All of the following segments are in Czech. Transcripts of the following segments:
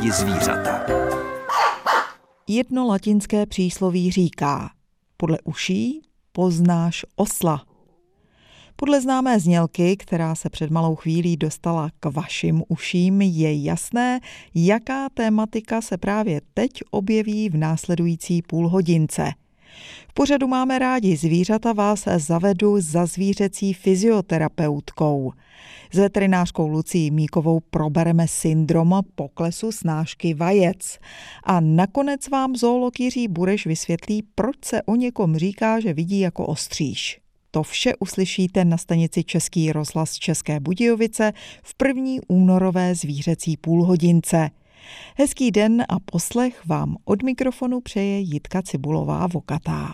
rádi zvířata. Jedno latinské přísloví říká: podle uší poznáš osla. Podle známé znělky, která se před malou chvílí dostala k vašim uším, je jasné, jaká tématika se právě teď objeví v následující půlhodince. V pořadu Máme rádi zvířata vás zavedu za zvířecí fyzioterapeutkou. S veterinářkou Lucií Míkovou probereme syndrom poklesu snášky vajec. A nakonec vám zoolog Jiří Bureš vysvětlí, proč se o někom říká, že vidí jako ostříž. To vše uslyšíte na stanici Český rozhlas České Budějovice v první únorové zvířecí půlhodince. Hezký den a poslech vám od mikrofonu přeje Jitka Cibulová-Vokatá.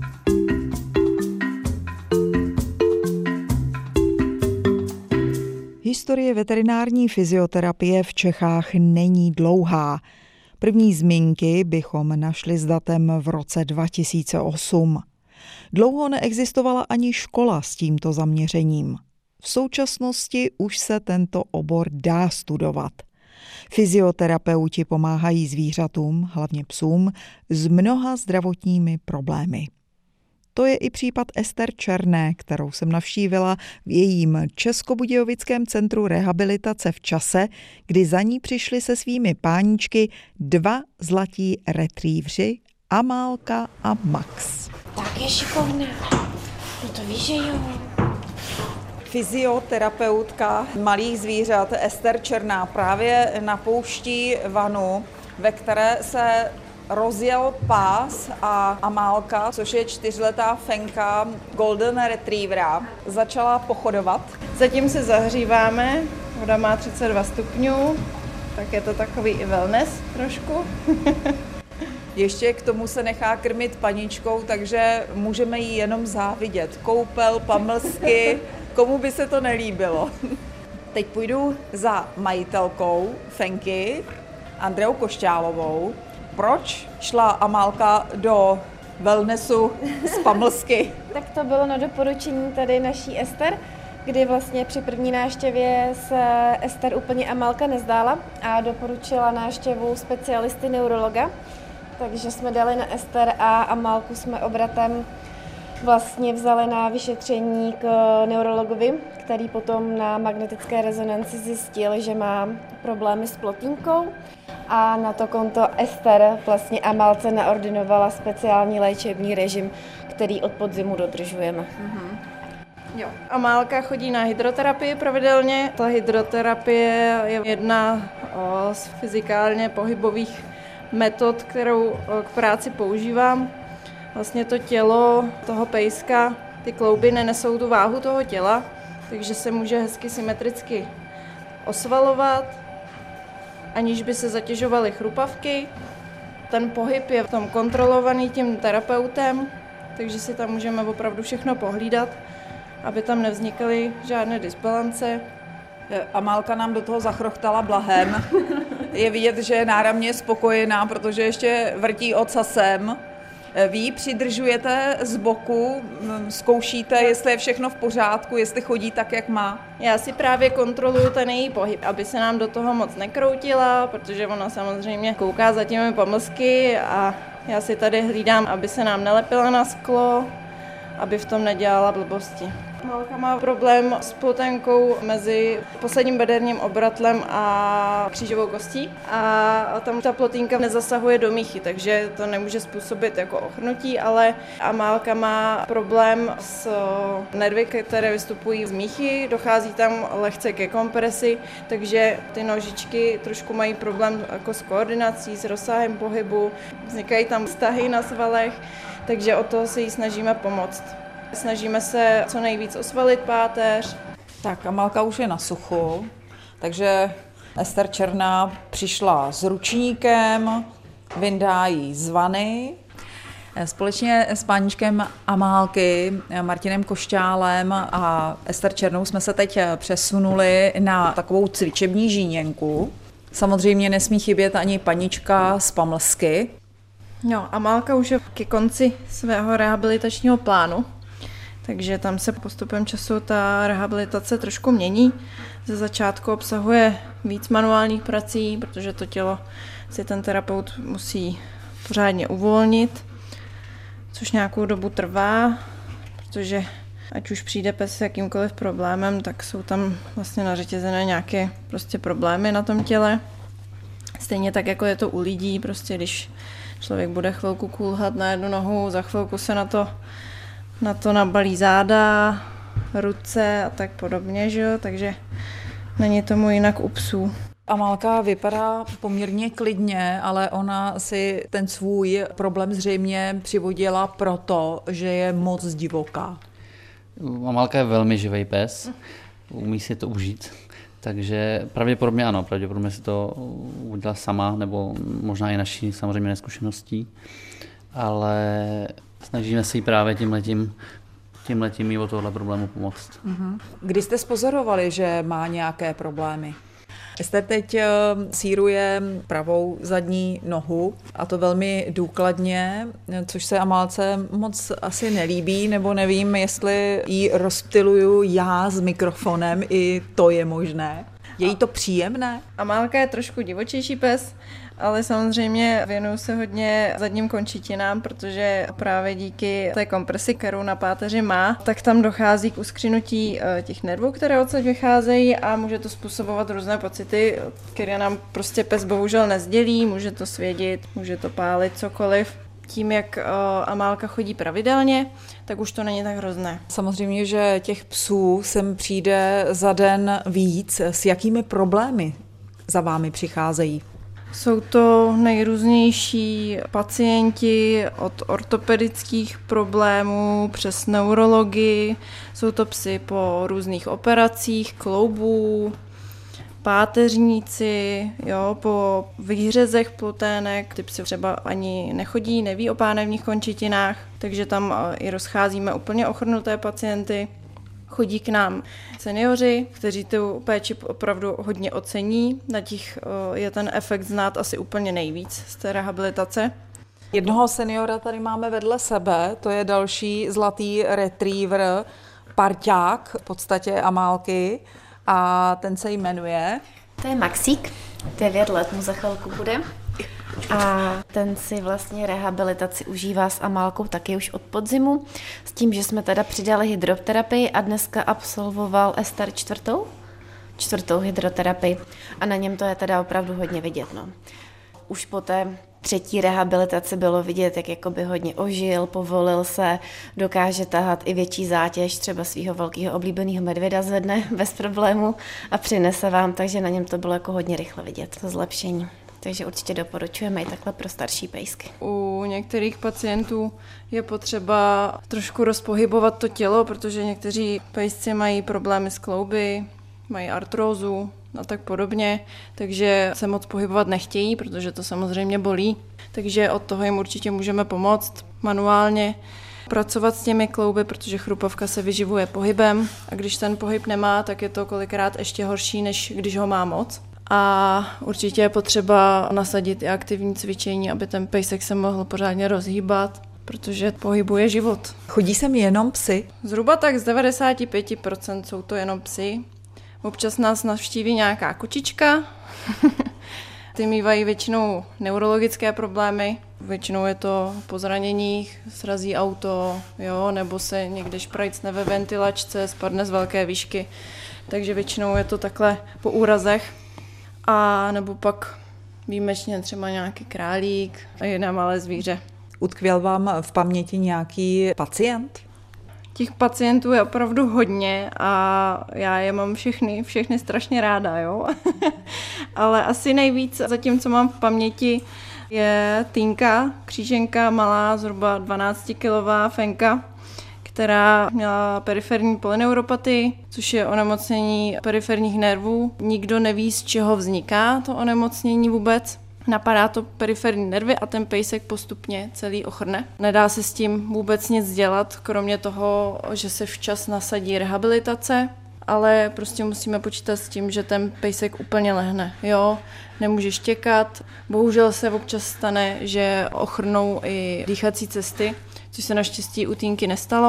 Historie veterinární fyzioterapie v Čechách není dlouhá. První zmínky bychom našli s datem v roce 2008. Dlouho neexistovala ani škola s tímto zaměřením. V současnosti už se tento obor dá studovat. Fyzioterapeuti pomáhají zvířatům, hlavně psům, s mnoha zdravotními problémy. To je i případ Ester Černé, kterou jsem navštívila v jejím Českobudějovickém centru rehabilitace v čase, kdy za ní přišli se svými páníčky dva zlatí retrievři, Amálka a Max. Tak je šikovná. No to víš, že jo. Fyzioterapeutka malých zvířat Ester Černá právě napouští vanu, ve které se rozjel pás a Amálka, což je 4letá fenka Golden Retrievera, začala pochodovat. Zatím se zahříváme, voda má 32 stupňů, tak je to takový i wellness trošku. Ještě k tomu se nechá krmit paničkou, takže můžeme jí jenom závidět. Koupel, pamlsky, komu by se to nelíbilo. Teď půjdu za majitelkou fenky, Andreou Košťálovou. Proč šla Amálka do wellnessu z pamlsky? Tak to bylo na doporučení tady naší Ester, kdy vlastně při první návštěvě se Ester úplně Amálka nezdála a doporučila návštěvu specialisty neurologa. Takže jsme dali na Ester a Amálku jsme obratem vlastně vzali na vyšetření k neurologovi, který potom na magnetické rezonanci zjistil, že má problémy s plotínkou. A na to konto Ester vlastně Amálce naordinovala speciální léčebný režim, který od podzimu dodržujeme. Jo. Amálka chodí na hydroterapii pravidelně. Ta hydroterapie je jedna z fyzikálně pohybových metod, kterou k práci používám. Vlastně to tělo toho pejska, ty klouby nenesou tu váhu toho těla, takže se může hezky symetricky osvalovat, aniž by se zatěžovaly chrupavky. Ten pohyb je v tom kontrolovaný tím terapeutem, takže si tam můžeme opravdu všechno pohlídat, aby tam nevznikaly žádné disbalance. Amálka nám do toho zachrochtala blahem. Je vidět, že je náramně spokojená, protože ještě vrtí ocasem. Vy přidržujete z boku, zkoušíte, jestli je všechno v pořádku, jestli chodí tak, jak má. Já si právě kontroluju ten její pohyb, aby se nám do toho moc nekroutila, protože ona samozřejmě kouká za těmi pamlsky a já si tady hlídám, aby se nám nelepila na sklo, aby v tom nedělala blbosti. Amálka má problém s ploténkou mezi posledním bederním obratlem a křížovou kostí a tam ta plotínka nezasahuje do míchy, takže to nemůže způsobit jako ochrnutí, ale Amálka má problém s nervy, které vystupují z míchy, dochází tam lehce ke kompresi, takže ty nožičky trošku mají problém jako s koordinací, s rozsahem pohybu, vznikají tam vztahy na svalech, takže o to se jí snažíme pomoct. Snažíme se co nejvíc osvalit páteř. Tak Amálka už je na suchu, takže Ester Černá přišla s ručníkem, vyndá jí z vany. Společně s páníčkem Amálky, Martinem Košťálem a Ester Černou jsme se teď přesunuli na takovou cvičební žíněnku. Samozřejmě nesmí chybět ani panička z pamlsky. Jo, Amálka už je ke konci svého rehabilitačního plánu. Takže tam se postupem času ta rehabilitace trošku mění. Ze začátku obsahuje víc manuálních prací, protože to tělo si ten terapeut musí pořádně uvolnit, což nějakou dobu trvá, protože ať už přijde pes s jakýmkoliv problémem, tak jsou tam vlastně nařetězené nějaké prostě problémy na tom těle. Stejně tak, jako je to u lidí, prostě když člověk bude chvilku kulhat na jednu nohu, za chvilku se na to nabalí záda, ruce a tak podobně, že jo? Takže není tomu jinak u psů. Amálka vypadá poměrně klidně, ale ona si ten svůj problém zřejmě přivodila proto, že je moc divoká. Amálka je velmi živý pes, umí si to užít, takže pravděpodobně ano, pravděpodobně si to udělala sama, nebo možná i naší samozřejmě neskušeností, ale snažíme se jí právě tímhletím jí od tohohle problému pomoct. Kdy jste spozorovali, že má nějaké problémy? Ester teď sýruje pravou zadní nohu a to velmi důkladně, což se Amálce moc asi nelíbí, nebo nevím, jestli jí rozptyluju já s mikrofonem, i to je možné. Je jí to příjemné? Amálka je trošku divočejší pes, ale samozřejmě věnuju se hodně zadním končetinám, protože právě díky té kompresi, kterou na páteři má, tak tam dochází k uskřinutí těch nervů, které odsud vycházejí a může to způsobovat různé pocity, které nám prostě pes bohužel nezdělí, může to svědit, může to pálit, cokoliv. Tím, jak Amálka chodí pravidelně, tak už to není tak hrozné. Samozřejmě, že těch psů sem přijde za den víc. S jakými problémy za vámi přicházejí? Jsou to nejrůznější pacienti od ortopedických problémů přes neurologii, jsou to psy po různých operacích, kloubů, páteřníci, jo, po výhřezech plutének, ty psy třeba ani nechodí, neví o pánevních končetinách, takže tam i rozcházíme úplně ochrnuté pacienty. Chodí k nám seniori, kteří tu péči opravdu hodně ocení, na těch je ten efekt znát asi úplně nejvíc z té rehabilitace. Jednoho seniora tady máme vedle sebe, to je další zlatý retriever, parťák v podstatě Amálky a ten se jmenuje... To je Maxík, 9 let mu za chvilku bude. A ten si vlastně rehabilitaci užívá s Amálkou taky už od podzimu, s tím, že jsme teda přidali hydroterapii a dneska absolvoval Ester čtvrtou hydroterapii a na něm to je teda opravdu hodně vidět. No. Už po té 3. rehabilitaci bylo vidět, jak jakoby hodně ožil, povolil se, dokáže tahat i větší zátěž, třeba svého velkého oblíbeného medvěda zvedne bez problému a přinese vám, takže na něm to bylo jako hodně rychle vidět, to zlepšení. Takže určitě doporučujeme i takhle pro starší pejsky. U některých pacientů je potřeba trošku rozpohybovat to tělo, protože někteří pejsci mají problémy s klouby, mají artrózu a tak podobně, takže se moc pohybovat nechtějí, protože to samozřejmě bolí. Takže od toho jim určitě můžeme pomoct manuálně pracovat s těmi klouby, protože chrupovka se vyživuje pohybem a když ten pohyb nemá, tak je to kolikrát ještě horší, než když ho má moc. A určitě je potřeba nasadit i aktivní cvičení, aby ten pejsek se mohl pořádně rozhýbat, protože pohybuje život. Chodí sem jenom psy? Zhruba tak z 95% jsou to jenom psy. Občas nás navštíví nějaká kočička. Ty mívají většinou neurologické problémy. Většinou je to po zraněních, srazí auto, jo, nebo se někde šprajcne ve ventilačce, spadne z velké výšky. Takže většinou je to takhle po úrazech. A nebo pak výjimečně třeba nějaký králík a jiné malé zvíře. Utkvěl vám v paměti nějaký pacient? Těch pacientů je opravdu hodně a já je mám všechny strašně ráda, jo. Ale asi nejvíc zatím, co mám v paměti, je Týnka, kříženka, malá, zhruba 12kilová fenka, která měla periferní polyneuropatii, což je onemocnění periferních nervů. Nikdo neví, z čeho vzniká to onemocnění vůbec. Napadá to periferní nervy a ten pejsek postupně celý ochrne. Nedá se s tím vůbec nic dělat, kromě toho, že se včas nasadí rehabilitace, ale prostě musíme počítat s tím, že ten pejsek úplně lehne. Jo, nemůže štěkat. Bohužel se občas stane, že ochrnou i dýchací cesty, což se naštěstí u Týnky nestalo,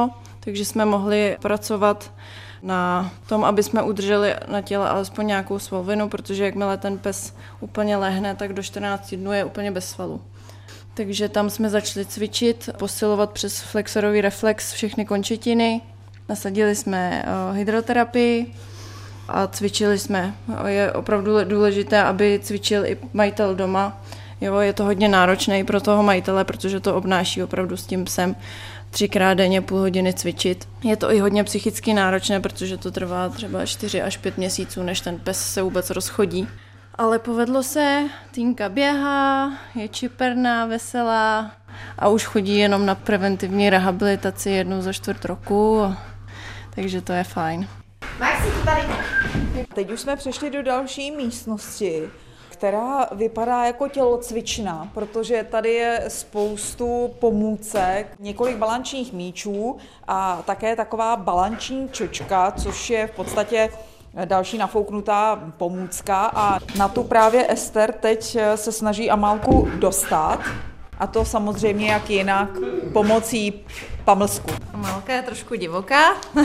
takže jsme mohli pracovat na tom, aby jsme udrželi na těle alespoň nějakou svalvinu, protože jakmile ten pes úplně lehne, tak do 14 dnů je úplně bez svalů. Takže tam jsme začali cvičit, posilovat přes flexorový reflex všechny končetiny. Nasadili jsme hydroterapii a cvičili jsme. Je opravdu důležité, aby cvičil i majitel doma. Jo, je to hodně náročné i pro toho majitele, protože to obnáší opravdu s tím psem 3krát denně půl hodiny cvičit. Je to i hodně psychicky náročné, protože to trvá třeba 4 až 5 měsíců, než ten pes se vůbec rozchodí. Ale povedlo se, Týnka běhá, je čiperná, veselá a už chodí jenom na preventivní rehabilitaci 1 za 4 roku, takže to je fajn. Maxi, tady. Teď už jsme přešli do další místnosti, která vypadá jako tělocvična, protože tady je spoustu pomůcek, několik balančních míčů a také taková balanční čočka, což je v podstatě další nafouknutá pomůcka a na tu právě Ester teď se snaží Amálku dostat a to samozřejmě jak jinak pomocí pamlsku. Amálka je trošku divoká,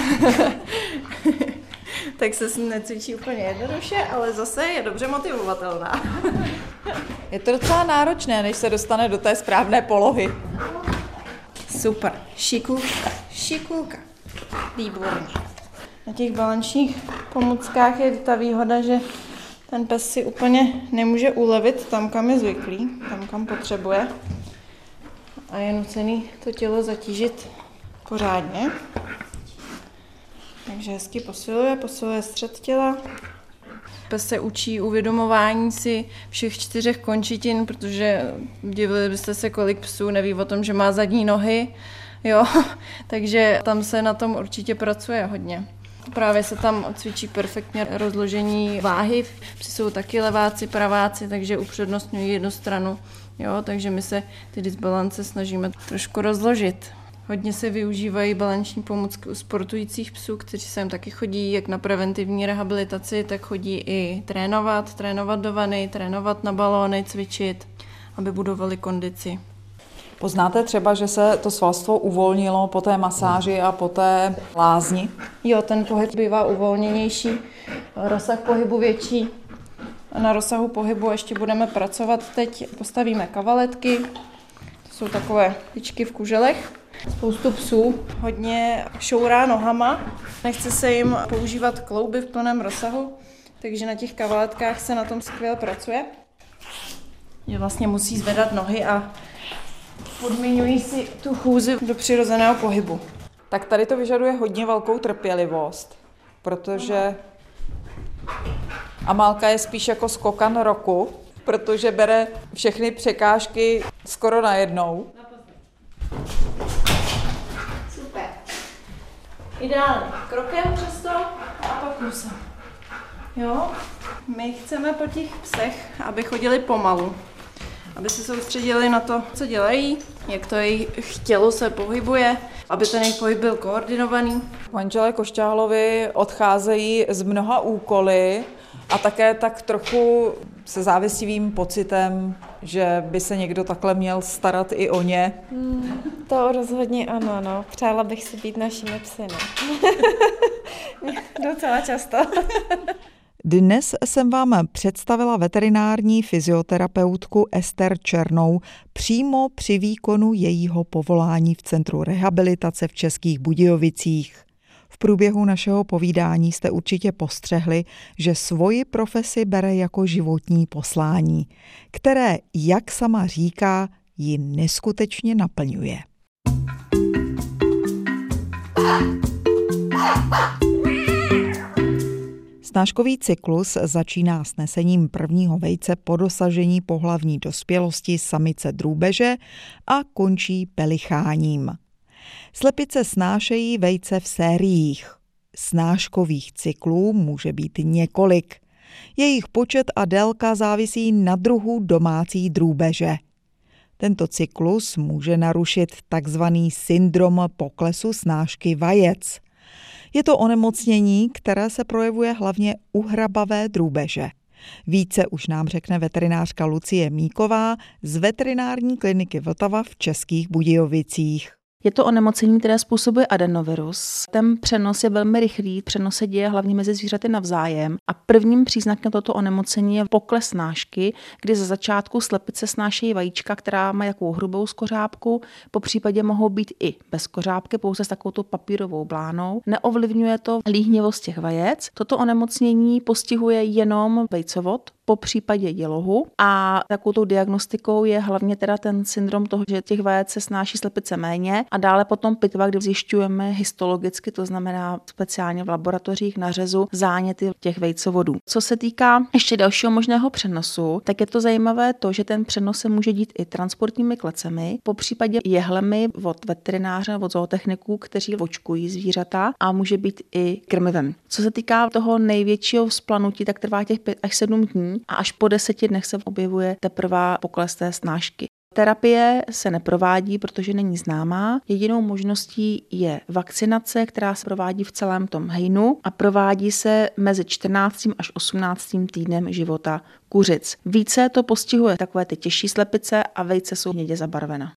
tak se s ní necvičí úplně jednoduše, ale zase je dobře motivovatelná. Je to docela náročné, než se dostane do té správné polohy. Super, šikulka, výborně. Na těch balančních pomůckách je ta výhoda, že ten pes si úplně nemůže ulevit tam, kam je zvyklý, tam, kam potřebuje. A je nucený to tělo zatížit pořádně. Takže hezky posiluje střed těla. Pes se učí uvědomování si všech 4 končetin, protože divili byste se, kolik psů neví o tom, že má zadní nohy. Jo, takže tam se na tom určitě pracuje hodně. Právě se tam cvičí perfektně rozložení váhy, psi jsou taky leváci, praváci, takže upřednostňují jednu stranu. Jo, takže my se ty disbalance snažíme trošku rozložit. Hodně se využívají balanční pomůcky u sportujících psů, kteří sem taky chodí jak na preventivní rehabilitaci, tak chodí i trénovat do vany, trénovat na balóny, cvičit, aby budovali kondici. Poznáte třeba, že se to svalstvo uvolnilo po té masáži a po té lázni? Jo, ten pohyb bývá uvolněnější, rozsah pohybu větší. Na rozsahu pohybu ještě budeme pracovat teď. Postavíme kavaletky, to jsou takové tyčky v kuželech. Spoustu psů hodně šourá nohama, nechce se jim používat klouby v plném rozsahu, takže na těch kavaletkách se na tom skvěle pracuje. Že vlastně musí zvedat nohy a podmiňují si tu chůzi do přirozeného pohybu. Tak tady to vyžaduje hodně velkou trpělivost, protože Amálka je spíš jako skokan roku, protože bere všechny překážky skoro najednou. Super. Ideálně. Krokem přes to a pak kusem. Jo? My chceme po těch psech, aby chodili pomalu. Aby se soustředili na to, co dělají, jak to jejich tělo se pohybuje, aby ten jejich pohyb byl koordinovaný. Manželé Košťálovi odcházejí z mnoha úkoly a také tak trochu se závisivým pocitem, že by se někdo takhle měl starat i o ně. To rozhodně ano, no. Přála bych si být našimi psy, no. Docela často. Dnes jsem vám představila veterinární fyzioterapeutku Ester Černou přímo při výkonu jejího povolání v Centru rehabilitace v Českých Budějovicích. V průběhu našeho povídání jste určitě postřehli, že svoji profesi bere jako životní poslání, které, jak sama říká, ji neskutečně naplňuje. Snáškový cyklus začíná s nesením prvního vejce po dosažení pohlavní dospělosti samice drůbeže a končí pelicháním. Slepice snášejí vejce v sériích. Snáškových cyklů může být několik. Jejich počet a délka závisí na druhu domácí drůbeže. Tento cyklus může narušit takzvaný syndrom poklesu snášky vajec. Je to onemocnění, které se projevuje hlavně u hrabavé drůbeže. Více už nám řekne veterinářka Lucie Míková z veterinární kliniky Vltava v Českých Budějovicích. Je to onemocnění, které způsobuje adenovirus. Ten přenos je velmi rychlý, přenos se děje hlavně mezi zvířaty navzájem a prvním příznakem tohoto onemocnění je pokles snášky, kdy za začátku slepice snášejí vajíčka, která má jakou hrubou skořápku, po případě mohou být i bez kořápky, pouze s takovou papírovou blánou. Neovlivňuje to líhnivost těch vajec. Toto onemocnění postihuje jenom vejcovod, po případě dělohu a takovou diagnostikou je hlavně teda ten syndrom toho, že těch vajec se snáší slepice méně a dále potom pitva, kdy zjišťujeme histologicky, to znamená speciálně v laboratořích na řezu záněty těch vejcovodů. Co se týká ještě dalšího možného přenosu, tak je to zajímavé to, že ten přenos se může dít i transportními klecemi, po případě jehlemi od veterináře, od zootechniků, kteří očkují zvířata a může být i krmivem. Co se týká toho největšího vzplanutí, tak trvá těch 5 až 7 dní a až po 10 dnech se objevuje teprve pokles té snášky. Terapie se neprovádí, protože není známá. Jedinou možností je vakcinace, která se provádí v celém tom hejnu a provádí se mezi 14. až 18. týdnem života kuřic. Více to postihuje takové ty těžší slepice a vejce jsou hnědě zabarvena.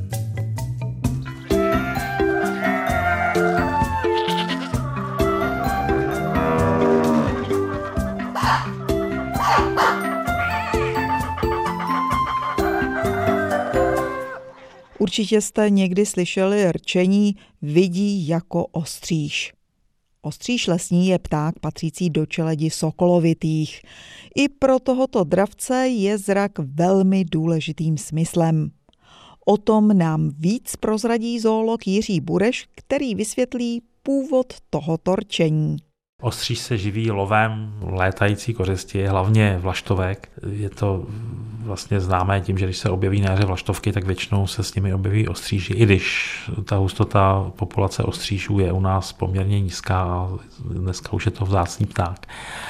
Určitě jste někdy slyšeli rčení vidí jako ostříž. Ostříž lesní je pták patřící do čeledi sokolovitých. I pro tohoto dravce je zrak velmi důležitým smyslem. O tom nám víc prozradí zoolog Jiří Bureš, který vysvětlí původ tohoto rčení. Ostříž se živí lovem létající kořisti, hlavně vlaštovek. Je to vlastně známé tím, že když se objeví na jaře vlaštovky, tak většinou se s nimi objeví ostříži, i když ta hustota populace ostřížů je u nás poměrně nízká a dneska už je to vzácný pták.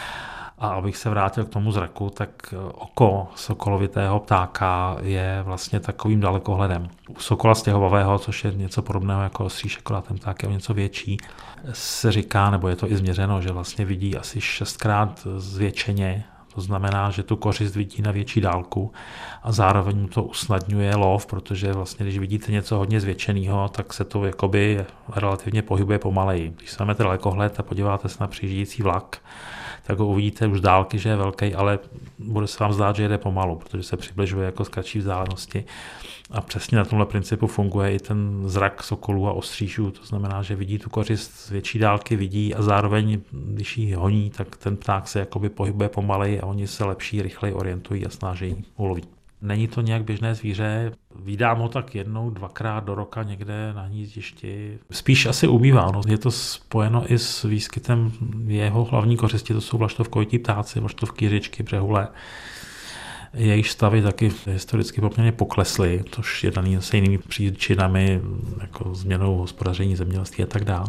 A abych se vrátil k tomu zraku, tak oko sokolovitého ptáka je vlastně takovým dalekohledem. U sokola stěhovavého, což je něco podobného jako ostříž, akorát ten pták je o něco větší, se říká, nebo je to i změřeno, že vlastně vidí asi 6krát zvětšeně. To znamená, že tu kořist vidí na větší dálku a zároveň mu to usnadňuje lov, protože vlastně, když vidíte něco hodně zvětšeného, tak se to jakoby relativně pohybuje pomaleji. Když se máte dalekohled a podíváte se na přijíždějící vlak, tak ho uvidíte už z dálky, že je velký, ale bude se vám zdát, že jede pomalu, protože se přibližuje jako z kratší vzdálenosti. A přesně na tomhle principu funguje i ten zrak sokolů a ostřížů, to znamená, že vidí tu kořist z větší dálky, vidí a zároveň, když ji honí, tak ten pták se jakoby pohybuje pomaleji a oni se lepší, rychleji orientují a snaží ulovit. Není to nějak běžné zvíře, vídám ho tak 1-2krát do roka někde na hnízdišti. Spíš asi ubývá, no. Je to spojeno i s výskytem jeho hlavní kořisti, to jsou vlaštovkovití ptáci, vlaštovky, jiřičky, břehule. Jejich stavy taky historicky poměrně poklesly, což je daný se jinými příčinami, jako změnou hospodaření zemědělství a tak dále.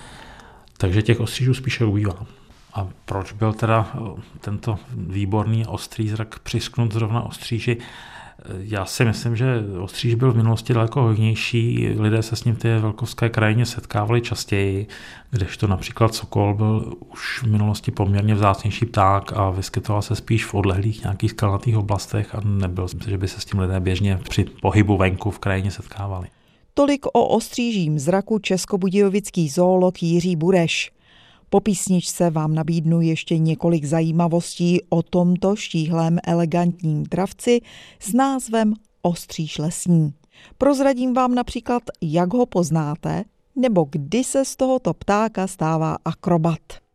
Takže těch ostřížů spíše ubývá. A proč byl teda tento výborný ostrý zrak přisknut zrovna ostříži? Já si myslím, že ostříž byl v minulosti daleko hojnější, lidé se s ním v té velkovské krajině setkávali častěji, kdežto například sokol byl už v minulosti poměrně vzácnější pták a vyskytoval se spíš v odlehlých nějakých skalnatých oblastech a nebyl jsem si, že by se s tím lidé běžně při pohybu venku v krajině setkávali. Tolik o ostřížím zraku českobudějovický zoolog Jiří Bureš. Po písničce vám nabídnu ještě několik zajímavostí o tomto štíhlém elegantním dravci s názvem ostříž lesní. Prozradím vám například, jak ho poznáte, nebo kdy se z tohoto ptáka stává akrobat.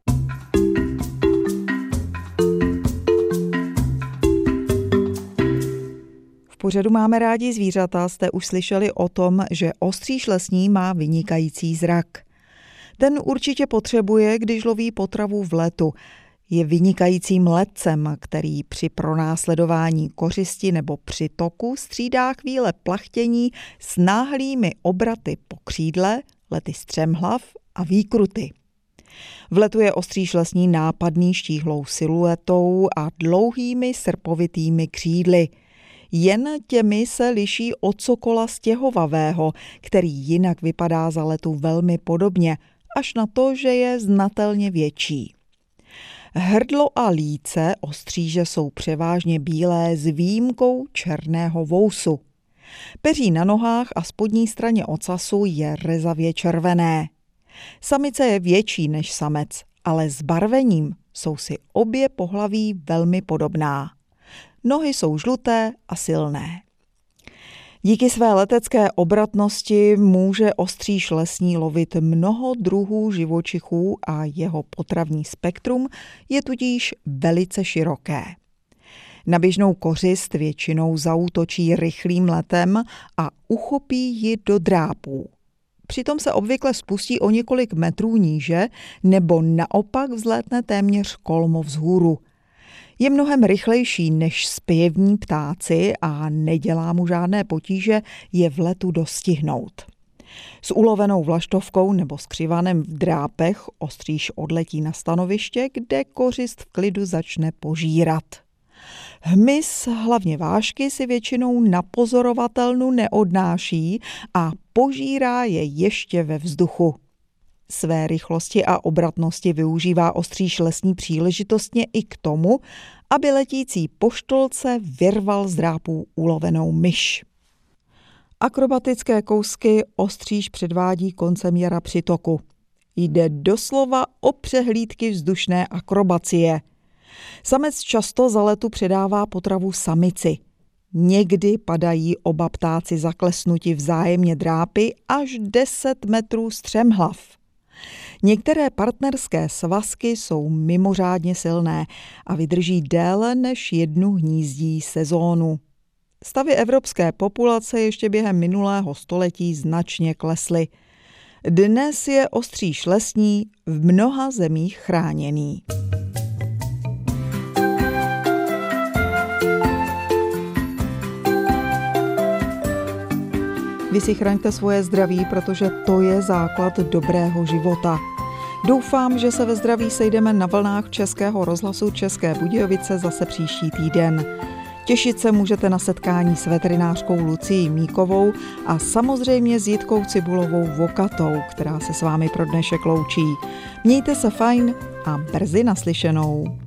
V pořadu Máme rádi zvířata jste už slyšeli o tom, že ostříž lesní má vynikající zrak. Ten určitě potřebuje, když loví potravu v letu. Je vynikajícím letcem, který při pronásledování kořisti nebo při toku střídá chvíle plachtění s náhlými obraty po křídle, lety střemhlav a výkruty. V letu je ostříž lesní nápadný štíhlou siluetou a dlouhými srpovitými křídly. Jen těmi se liší od sokola stěhovavého, který jinak vypadá za letu velmi podobně, až na to, že je znatelně větší. Hrdlo a líce ostříže jsou převážně bílé s výjimkou černého vousu. Peří na nohách a spodní straně ocasu je rezavě červené. Samice je větší než samec, ale zbarvením jsou si obě pohlaví velmi podobná. Nohy jsou žluté a silné. Díky své letecké obratnosti může ostříž lesní lovit mnoho druhů živočichů a jeho potravní spektrum je tudíž velice široké. Na běžnou kořist většinou zaútočí rychlým letem a uchopí ji do drápů. Přitom se obvykle spustí o několik metrů níže nebo naopak vzlétne téměř kolmo vzhůru. Je mnohem rychlejší než zpěvní ptáci a nedělá mu žádné potíže je v letu dostihnout. S ulovenou vlaštovkou nebo skřivanem v drápech ostříž odletí na stanoviště, kde kořist v klidu začne požírat. Hmyz, hlavně vášky, si většinou na pozorovatelnu neodnáší a požírá je ještě ve vzduchu. Své rychlosti a obratnosti využívá ostříž lesní příležitostně i k tomu, aby letící poštolce vyrval z drápů ulovenou myš. Akrobatické kousky ostříž předvádí koncem jara při toku. Jde doslova o přehlídky vzdušné akrobacie. Samec často za letu předává potravu samici. Někdy padají oba ptáci zaklesnuti vzájemně drápy až 10 metrů střemhlav. Některé partnerské svazky jsou mimořádně silné a vydrží déle než jednu hnízdí sezónu. Stavy evropské populace ještě během minulého století značně klesly. Dnes je ostříž lesní v mnoha zemích chráněný. Vy si chraňte svoje zdraví, protože to je základ dobrého života. Doufám, že se ve zdraví sejdeme na vlnách Českého rozhlasu České Budějovice zase příští týden. Těšit se můžete na setkání s veterinářkou Lucií Míkovou a samozřejmě s Jitkou Cibulovou Vokatou, která se s vámi pro dnešek loučí. Mějte se fajn a brzy naslyšenou.